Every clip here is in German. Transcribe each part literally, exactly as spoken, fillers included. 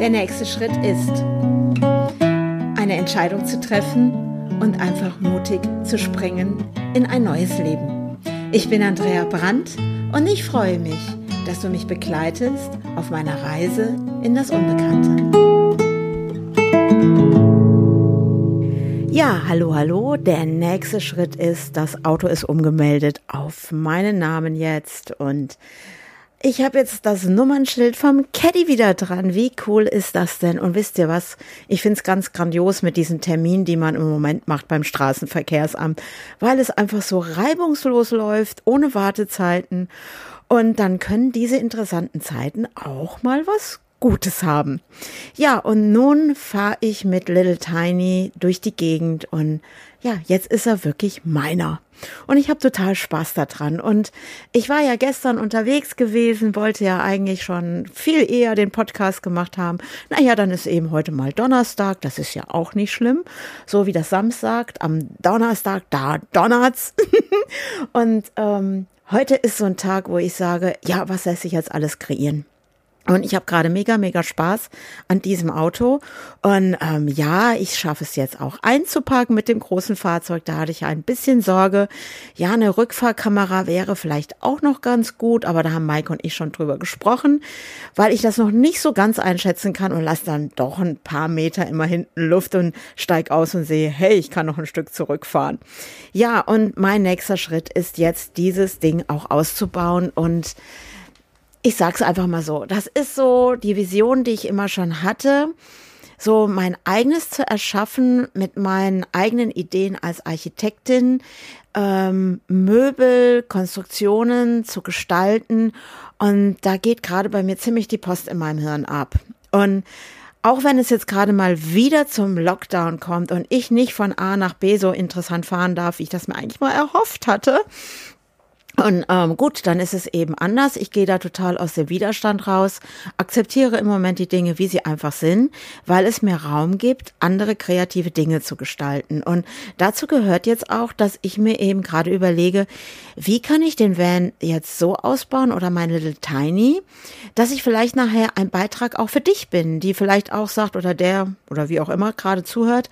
Der nächste Schritt ist, eine Entscheidung zu treffen und einfach mutig zu springen in ein neues Leben. Ich bin Andrea Brandt und ich freue mich, dass du mich begleitest auf meiner Reise in das Unbekannte. Ja, hallo, hallo. Der nächste Schritt ist, das Auto ist umgemeldet auf meinen Namen jetzt und ich habe jetzt das Nummernschild vom Caddy wieder dran. Wie cool ist das denn? Und wisst ihr was? Ich finde es ganz grandios mit diesen Terminen, die man im Moment macht beim Straßenverkehrsamt, weil es einfach so reibungslos läuft, ohne Wartezeiten. Und dann können diese interessanten Zeiten auch mal was Gutes haben. Ja, und nun fahre ich mit Little Tiny durch die Gegend und ja, jetzt ist er wirklich meiner. Und ich habe total Spaß daran. Und ich war ja gestern unterwegs gewesen, wollte ja eigentlich schon viel eher den Podcast gemacht haben. Naja, dann ist eben heute mal Donnerstag, das ist ja auch nicht schlimm. So wie das Samstag, am Donnerstag, da donnert's. Und ähm, heute ist so ein Tag, wo ich sage, ja, was lässt sich jetzt alles kreieren? Und ich habe gerade mega, mega Spaß an diesem Auto. Und ähm, ja, ich schaffe es jetzt auch einzuparken mit dem großen Fahrzeug. Da hatte ich ein bisschen Sorge. Ja, eine Rückfahrkamera wäre vielleicht auch noch ganz gut. Aber da haben Maike und ich schon drüber gesprochen, weil ich das noch nicht so ganz einschätzen kann und lasse dann doch ein paar Meter immer hinten Luft und steig aus und sehe, hey, ich kann noch ein Stück zurückfahren. Ja, und mein nächster Schritt ist jetzt, dieses Ding auch auszubauen und ich sag's einfach mal so, das ist so die Vision, die ich immer schon hatte, so mein eigenes zu erschaffen mit meinen eigenen Ideen als Architektin, ähm, Möbel, Konstruktionen zu gestalten und da geht gerade bei mir ziemlich die Post in meinem Hirn ab. Und auch wenn es jetzt gerade mal wieder zum Lockdown kommt und ich nicht von A nach B so interessant fahren darf, wie ich das mir eigentlich mal erhofft hatte, und ähm, gut, dann ist es eben anders. Ich gehe da total aus dem Widerstand raus, akzeptiere im Moment die Dinge, wie sie einfach sind, weil es mir Raum gibt, andere kreative Dinge zu gestalten. Und dazu gehört jetzt auch, dass ich mir eben gerade überlege, wie kann ich den Van jetzt so ausbauen oder mein Little Tiny, dass ich vielleicht nachher ein Beitrag auch für dich bin, die vielleicht auch sagt oder der oder wie auch immer gerade zuhört,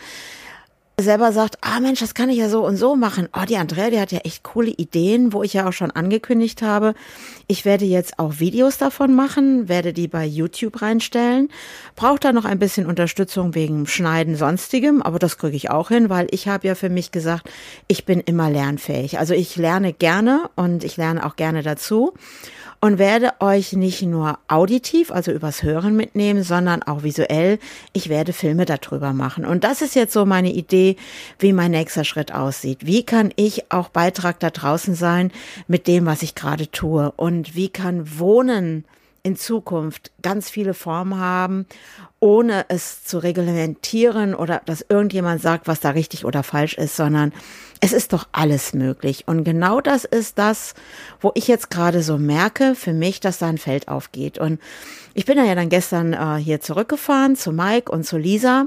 selber sagt, ah Mensch, das kann ich ja so und so machen. Oh, die Andrea, die hat ja echt coole Ideen, wo ich ja auch schon angekündigt habe. Ich werde jetzt auch Videos davon machen, werde die bei YouTube reinstellen. Braucht da noch ein bisschen Unterstützung wegen Schneiden sonstigem, aber das kriege ich auch hin, weil ich habe ja für mich gesagt, ich bin immer lernfähig. Also ich lerne gerne und ich lerne auch gerne dazu. Und werde euch nicht nur auditiv, also übers Hören mitnehmen, sondern auch visuell. Ich werde Filme darüber machen. Und das ist jetzt so meine Idee, wie mein nächster Schritt aussieht. Wie kann ich auch Beitrag da draußen sein mit dem, was ich gerade tue? Und wie kann Wohnen in Zukunft ganz viele Formen haben, ohne es zu reglementieren oder dass irgendjemand sagt, was da richtig oder falsch ist, sondern es ist doch alles möglich. Und genau das ist das, wo ich jetzt gerade so merke, für mich, dass da ein Feld aufgeht. Und ich bin ja dann gestern äh, hier zurückgefahren zu Mike und zu Lisa,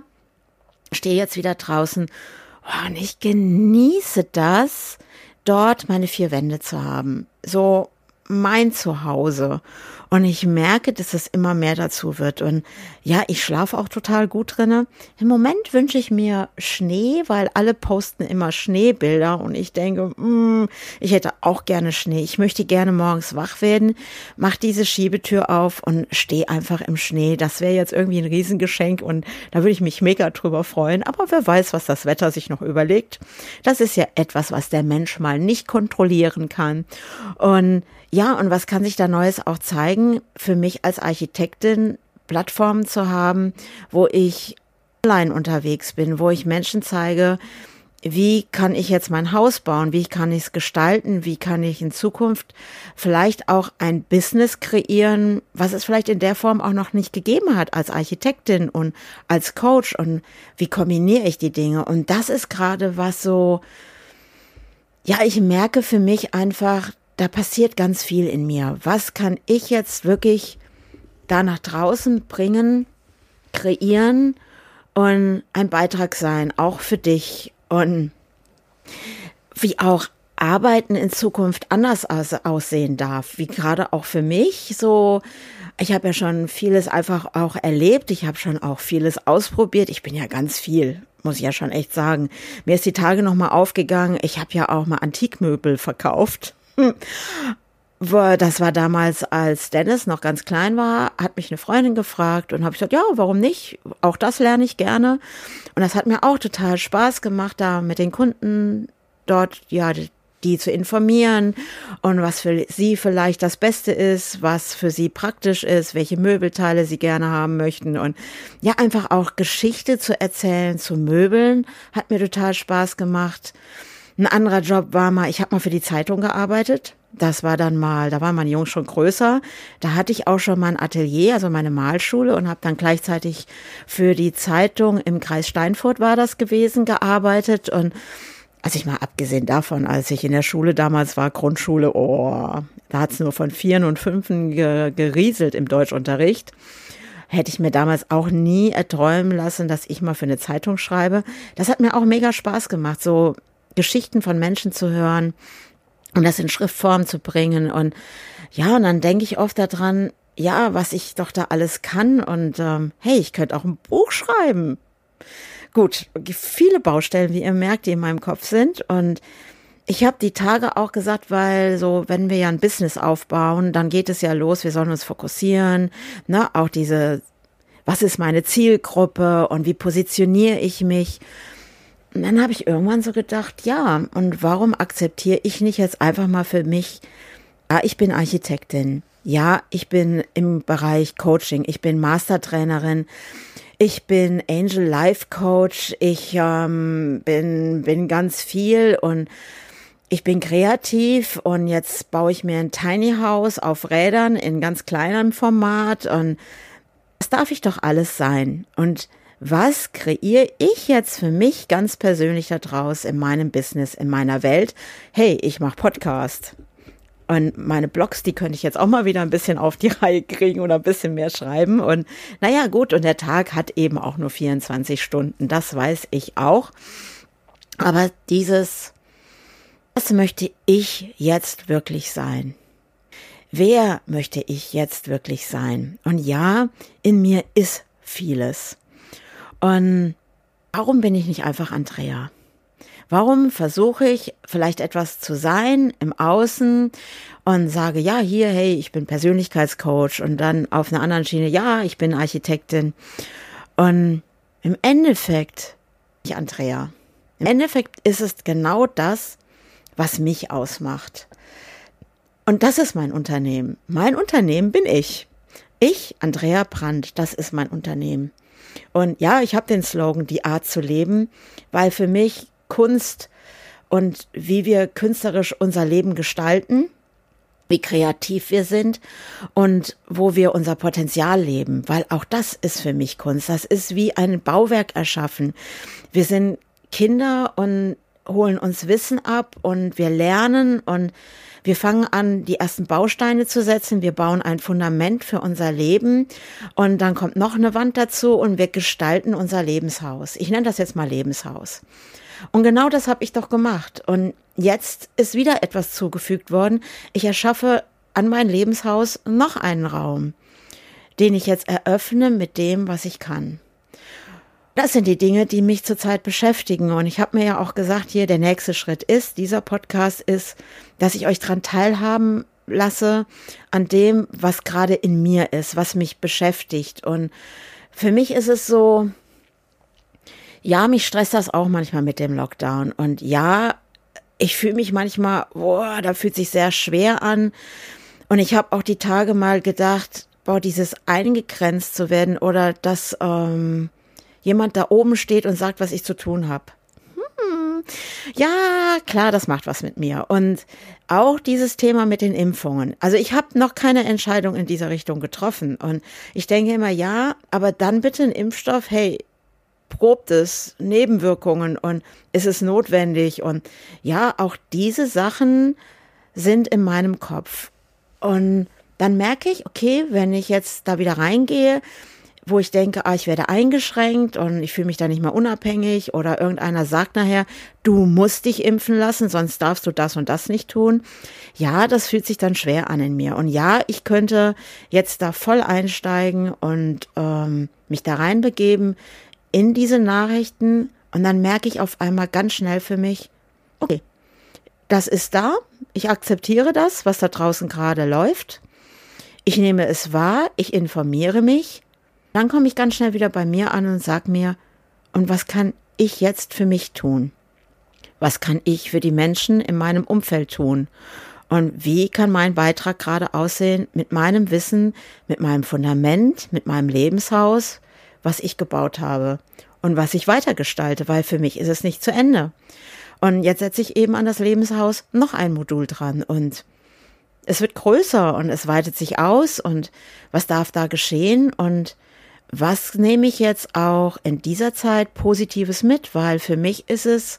stehe jetzt wieder draußen oh, und ich genieße das, dort meine vier Wände zu haben. So mein Zuhause. Und ich merke, dass es immer mehr dazu wird. Und ja, ich schlafe auch total gut drinne. Im Moment wünsche ich mir Schnee, weil alle posten immer Schneebilder. Und ich denke, mh, ich hätte auch gerne Schnee. Ich möchte gerne morgens wach werden, mach diese Schiebetür auf und stehe einfach im Schnee. Das wäre jetzt irgendwie ein Riesengeschenk und da würde ich mich mega drüber freuen. Aber wer weiß, was das Wetter sich noch überlegt. Das ist ja etwas, was der Mensch mal nicht kontrollieren kann. Und ja, und was kann sich da Neues auch zeigen? Für mich als Architektin Plattformen zu haben, wo ich online unterwegs bin, wo ich Menschen zeige, wie kann ich jetzt mein Haus bauen, wie kann ich es gestalten, wie kann ich in Zukunft vielleicht auch ein Business kreieren, was es vielleicht in der Form auch noch nicht gegeben hat als Architektin und als Coach und wie kombiniere ich die Dinge? Und das ist gerade was so, ja, ich merke für mich einfach, da passiert ganz viel in mir. Was kann ich jetzt wirklich da nach draußen bringen, kreieren und ein Beitrag sein, auch für dich und wie auch Arbeiten in Zukunft anders aus, aussehen darf, wie gerade auch für mich so. Ich habe ja schon vieles einfach auch erlebt, ich habe schon auch vieles ausprobiert, ich bin ja ganz viel, muss ich ja schon echt sagen. Mir ist die Tage nochmal aufgegangen, ich habe ja auch mal Antikmöbel verkauft. Das war damals, als Dennis noch ganz klein war, hat mich eine Freundin gefragt und habe ich gesagt, ja, warum nicht? Auch das lerne ich gerne. Und das hat mir auch total Spaß gemacht, da mit den Kunden dort, ja, die zu informieren und was für sie vielleicht das Beste ist, was für sie praktisch ist, welche Möbelteile sie gerne haben möchten und ja, einfach auch Geschichte zu erzählen zu Möbeln, hat mir total Spaß gemacht. Ein anderer Job war mal, ich habe mal für die Zeitung gearbeitet. Das war dann mal, da war mein Junge schon größer. Da hatte ich auch schon mal ein Atelier, also meine Malschule und habe dann gleichzeitig für die Zeitung im Kreis Steinfurt war das gewesen, gearbeitet. Und also ich mal abgesehen davon, als ich in der Schule damals war, Grundschule, oh, da hat's nur von Vieren und Fünfen ge- gerieselt im Deutschunterricht. Hätte ich mir damals auch nie erträumen lassen, dass ich mal für eine Zeitung schreibe. Das hat mir auch mega Spaß gemacht, so Geschichten von Menschen zu hören und das in Schriftform zu bringen. Und ja, und dann denke ich oft daran, ja, was ich doch da alles kann. Und ähm, hey, ich könnte auch ein Buch schreiben. Gut, viele Baustellen, wie ihr merkt, die in meinem Kopf sind. Und ich habe die Tage auch gesagt, weil so, wenn wir ja ein Business aufbauen, dann geht es ja los, wir sollen uns fokussieren, ne, auch diese, was ist meine Zielgruppe und wie positioniere ich mich? Und dann habe ich irgendwann so gedacht, ja, und warum akzeptiere ich nicht jetzt einfach mal für mich, ja, ich bin Architektin, ja, ich bin im Bereich Coaching, ich bin Mastertrainerin, ich bin Angel Life Coach, ich ähm, bin, bin ganz viel und ich bin kreativ und jetzt baue ich mir ein Tiny House auf Rädern in ganz kleinem Format und das darf ich doch alles sein. Und was kreiere ich jetzt für mich ganz persönlich daraus in meinem Business, in meiner Welt? Hey, ich mache Podcast. Und meine Blogs, die könnte ich jetzt auch mal wieder ein bisschen auf die Reihe kriegen oder ein bisschen mehr schreiben. Und naja, gut, und der Tag hat eben auch nur vierundzwanzig Stunden, das weiß ich auch. Aber dieses, was möchte ich jetzt wirklich sein? Wer möchte ich jetzt wirklich sein? Und ja, in mir ist vieles. Und warum bin ich nicht einfach Andrea? Warum versuche ich vielleicht etwas zu sein im Außen und sage, ja, hier, hey, ich bin Persönlichkeitscoach und dann auf einer anderen Schiene, ja, ich bin Architektin. Und im Endeffekt, ich Andrea, im Endeffekt ist es genau das, was mich ausmacht. Und das ist mein Unternehmen. Mein Unternehmen bin ich. Ich, Andrea Brandt, das ist mein Unternehmen. Und ja, ich habe den Slogan, die Art zu leben, weil für mich Kunst und wie wir künstlerisch unser Leben gestalten, wie kreativ wir sind und wo wir unser Potenzial leben, weil auch das ist für mich Kunst. Das ist wie ein Bauwerk erschaffen. Wir sind Kinder und holen uns Wissen ab und wir lernen und wir fangen an, die ersten Bausteine zu setzen. Wir bauen ein Fundament für unser Leben und dann kommt noch eine Wand dazu und wir gestalten unser Lebenshaus. Ich nenne das jetzt mal Lebenshaus. Und genau das habe ich doch gemacht. Und jetzt ist wieder etwas zugefügt worden. Ich erschaffe an mein Lebenshaus noch einen Raum, den ich jetzt eröffne mit dem, was ich kann. Das sind die Dinge, die mich zurzeit beschäftigen. Und ich habe mir ja auch gesagt, hier der nächste Schritt ist, dieser Podcast ist, dass ich euch dran teilhaben lasse an dem, was gerade in mir ist, was mich beschäftigt. Und für mich ist es so, ja, mich stresst das auch manchmal mit dem Lockdown. Und ja, ich fühle mich manchmal, boah, da fühlt sich sehr schwer an. Und ich habe auch die Tage mal gedacht, boah, dieses eingegrenzt zu werden oder dass ähm, jemand da oben steht und sagt, was ich zu tun habe. Hm, ja, klar, das macht was mit mir. Und auch dieses Thema mit den Impfungen. Also ich habe noch keine Entscheidung in dieser Richtung getroffen. Und ich denke immer, ja, aber dann bitte ein Impfstoff, hey, probt es, Nebenwirkungen und ist es notwendig? Und ja, auch diese Sachen sind in meinem Kopf. Und dann merke ich, okay, wenn ich jetzt da wieder reingehe, wo ich denke, ah, ich werde eingeschränkt und ich fühle mich da nicht mehr unabhängig oder irgendeiner sagt nachher, du musst dich impfen lassen, sonst darfst du das und das nicht tun. Ja, das fühlt sich dann schwer an in mir. Und ja, ich könnte jetzt da voll einsteigen und ähm, mich da reinbegeben in diese Nachrichten und dann merke ich auf einmal ganz schnell für mich, okay, das ist da, ich akzeptiere das, was da draußen gerade läuft. Ich nehme es wahr, ich informiere mich. Dann komme ich ganz schnell wieder bei mir an und sage mir, und was kann ich jetzt für mich tun? Was kann ich für die Menschen in meinem Umfeld tun? Und wie kann mein Beitrag gerade aussehen mit meinem Wissen, mit meinem Fundament, mit meinem Lebenshaus, was ich gebaut habe und was ich weitergestalte, weil für mich ist es nicht zu Ende. Und jetzt setze ich eben an das Lebenshaus noch ein Modul dran und es wird größer und es weitet sich aus und was darf da geschehen und was nehme ich jetzt auch in dieser Zeit Positives mit, weil für mich ist es,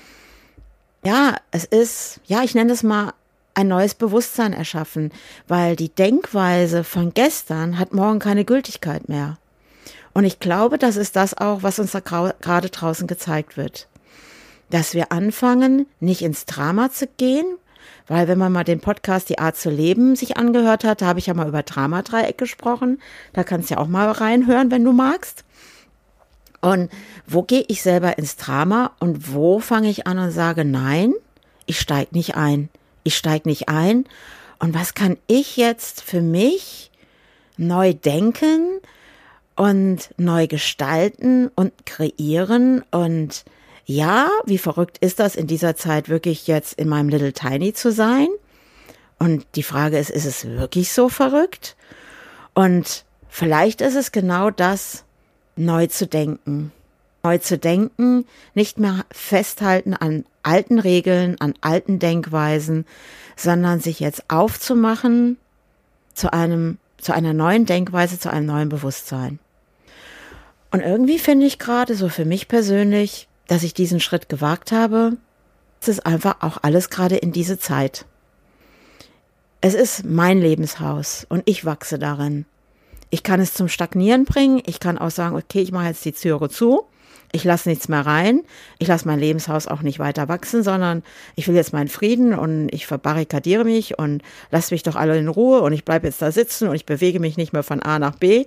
ja, es ist, ja, ich nenne es mal ein neues Bewusstsein erschaffen, weil die Denkweise von gestern hat morgen keine Gültigkeit mehr. Und ich glaube, das ist das auch, was uns da gerade draußen gezeigt wird. Dass wir anfangen, nicht ins Drama zu gehen, weil wenn man mal den Podcast Die Art zu leben sich angehört hat, da habe ich ja mal über Dramadreieck gesprochen. Da kannst du ja auch mal reinhören, wenn du magst. Und wo gehe ich selber ins Drama und wo fange ich an und sage, nein, ich steige nicht ein. Ich steige nicht ein. Und was kann ich jetzt für mich neu denken und neu gestalten und kreieren und ja, wie verrückt ist das in dieser Zeit wirklich jetzt in meinem Little Tiny zu sein? Und die Frage ist, ist es wirklich so verrückt? Und vielleicht ist es genau das, neu zu denken. Neu zu denken, nicht mehr festhalten an alten Regeln, an alten Denkweisen, sondern sich jetzt aufzumachen zu einem, zu einer neuen Denkweise, zu einem neuen Bewusstsein. Und irgendwie finde ich gerade so für mich persönlich, dass ich diesen Schritt gewagt habe, es ist einfach auch alles gerade in diese Zeit. Es ist mein Lebenshaus und ich wachse darin. Ich kann es zum Stagnieren bringen, ich kann auch sagen, okay, ich mache jetzt die Türe zu, ich lasse nichts mehr rein, ich lasse mein Lebenshaus auch nicht weiter wachsen, sondern ich will jetzt meinen Frieden und ich verbarrikadiere mich und lasse mich doch alle in Ruhe und ich bleibe jetzt da sitzen und ich bewege mich nicht mehr von A nach B.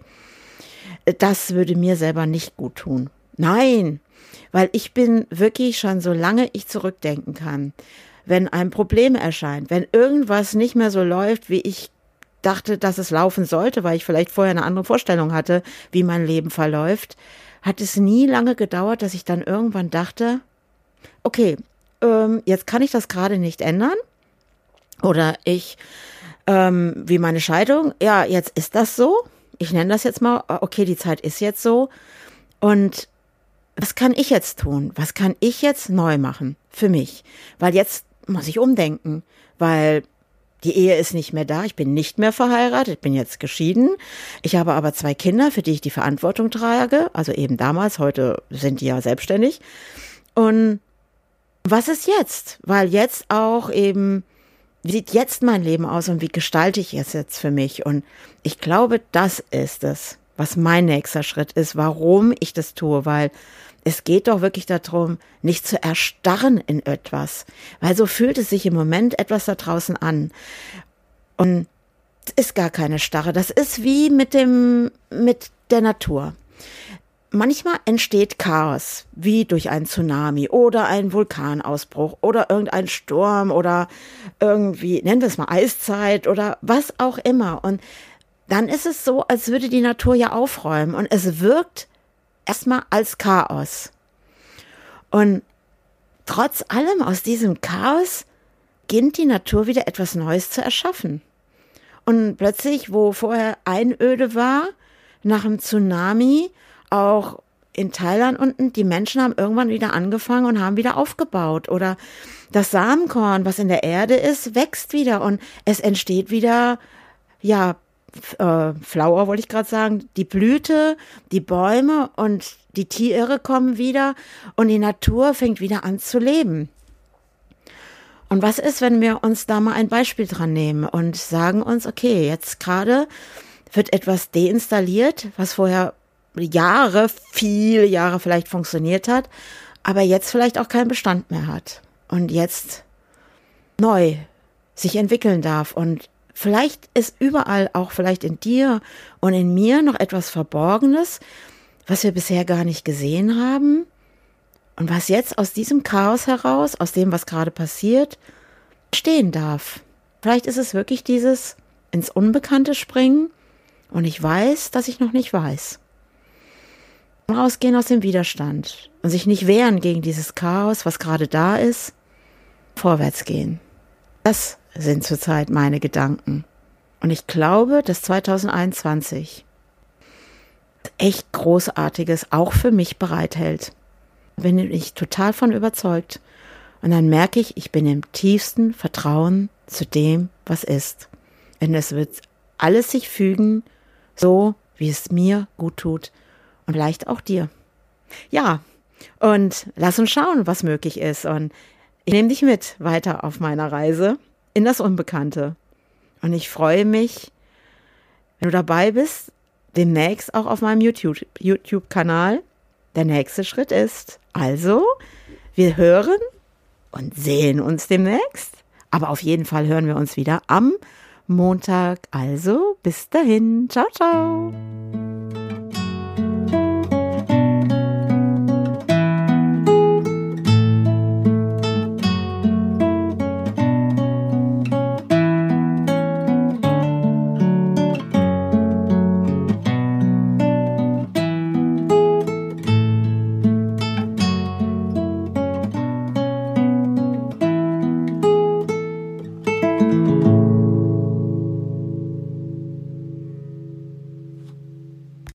Das würde mir selber nicht gut tun. Nein, weil ich bin wirklich schon, solange ich zurückdenken kann, wenn ein Problem erscheint, wenn irgendwas nicht mehr so läuft, wie ich dachte, dass es laufen sollte, weil ich vielleicht vorher eine andere Vorstellung hatte, wie mein Leben verläuft, hat es nie lange gedauert, dass ich dann irgendwann dachte, okay, ähm, jetzt kann ich das gerade nicht ändern oder ich, ähm, wie meine Scheidung, ja, jetzt ist das so, ich nenne das jetzt mal, okay, die Zeit ist jetzt so und was kann ich jetzt tun? Was kann ich jetzt neu machen für mich? Weil jetzt muss ich umdenken, weil die Ehe ist nicht mehr da, ich bin nicht mehr verheiratet, ich bin jetzt geschieden. Ich habe aber zwei Kinder, für die ich die Verantwortung trage, also eben damals, heute sind die ja selbstständig. Und was ist jetzt? Weil jetzt auch eben, wie sieht jetzt mein Leben aus und wie gestalte ich es jetzt für mich? Und ich glaube, das ist es, was mein nächster Schritt ist, warum ich das tue, weil es geht doch wirklich darum, nicht zu erstarren in etwas, weil so fühlt es sich im Moment etwas da draußen an. Und es ist gar keine Starre. Das ist wie mit dem, mit der Natur. Manchmal entsteht Chaos, wie durch einen Tsunami oder einen Vulkanausbruch oder irgendein Sturm oder irgendwie, nennen wir es mal Eiszeit oder was auch immer. Und dann ist es so, als würde die Natur ja aufräumen und es wirkt erstmal als Chaos. Und trotz allem aus diesem Chaos beginnt die Natur wieder etwas Neues zu erschaffen. Und plötzlich, wo vorher Einöde war, nach dem Tsunami, auch in Thailand unten, die Menschen haben irgendwann wieder angefangen und haben wieder aufgebaut. Oder das Samenkorn, was in der Erde ist, wächst wieder und es entsteht wieder, ja, Äh, Flower wollte ich gerade sagen, die Blüte, die Bäume und die Tiere kommen wieder und die Natur fängt wieder an zu leben. Und was ist, wenn wir uns da mal ein Beispiel dran nehmen und sagen uns, okay, jetzt gerade wird etwas deinstalliert, was vorher Jahre, viele Jahre vielleicht funktioniert hat, aber jetzt vielleicht auch keinen Bestand mehr hat und jetzt neu sich entwickeln darf. Und vielleicht ist überall, auch vielleicht in dir und in mir, noch etwas Verborgenes, was wir bisher gar nicht gesehen haben und was jetzt aus diesem Chaos heraus, aus dem, was gerade passiert, stehen darf. Vielleicht ist es wirklich dieses ins Unbekannte springen und ich weiß, dass ich noch nicht weiß. Rausgehen aus dem Widerstand und sich nicht wehren gegen dieses Chaos, was gerade da ist, vorwärts gehen. Das sind zurzeit meine Gedanken. Und ich glaube, dass zwanzig einundzwanzig echt Großartiges auch für mich bereithält. Bin ich total von überzeugt. Und dann merke ich, ich bin im tiefsten Vertrauen zu dem, was ist. Und es wird alles sich fügen, so wie es mir gut tut und vielleicht auch dir. Ja, und lass uns schauen, was möglich ist. Und ich nehme dich mit weiter auf meiner Reise in das Unbekannte. Und ich freue mich, wenn du dabei bist, demnächst auch auf meinem YouTube, YouTube-Kanal. Der nächste Schritt ist, also, wir hören und sehen uns demnächst. Aber auf jeden Fall hören wir uns wieder am Montag. Also, bis dahin. Ciao, ciao.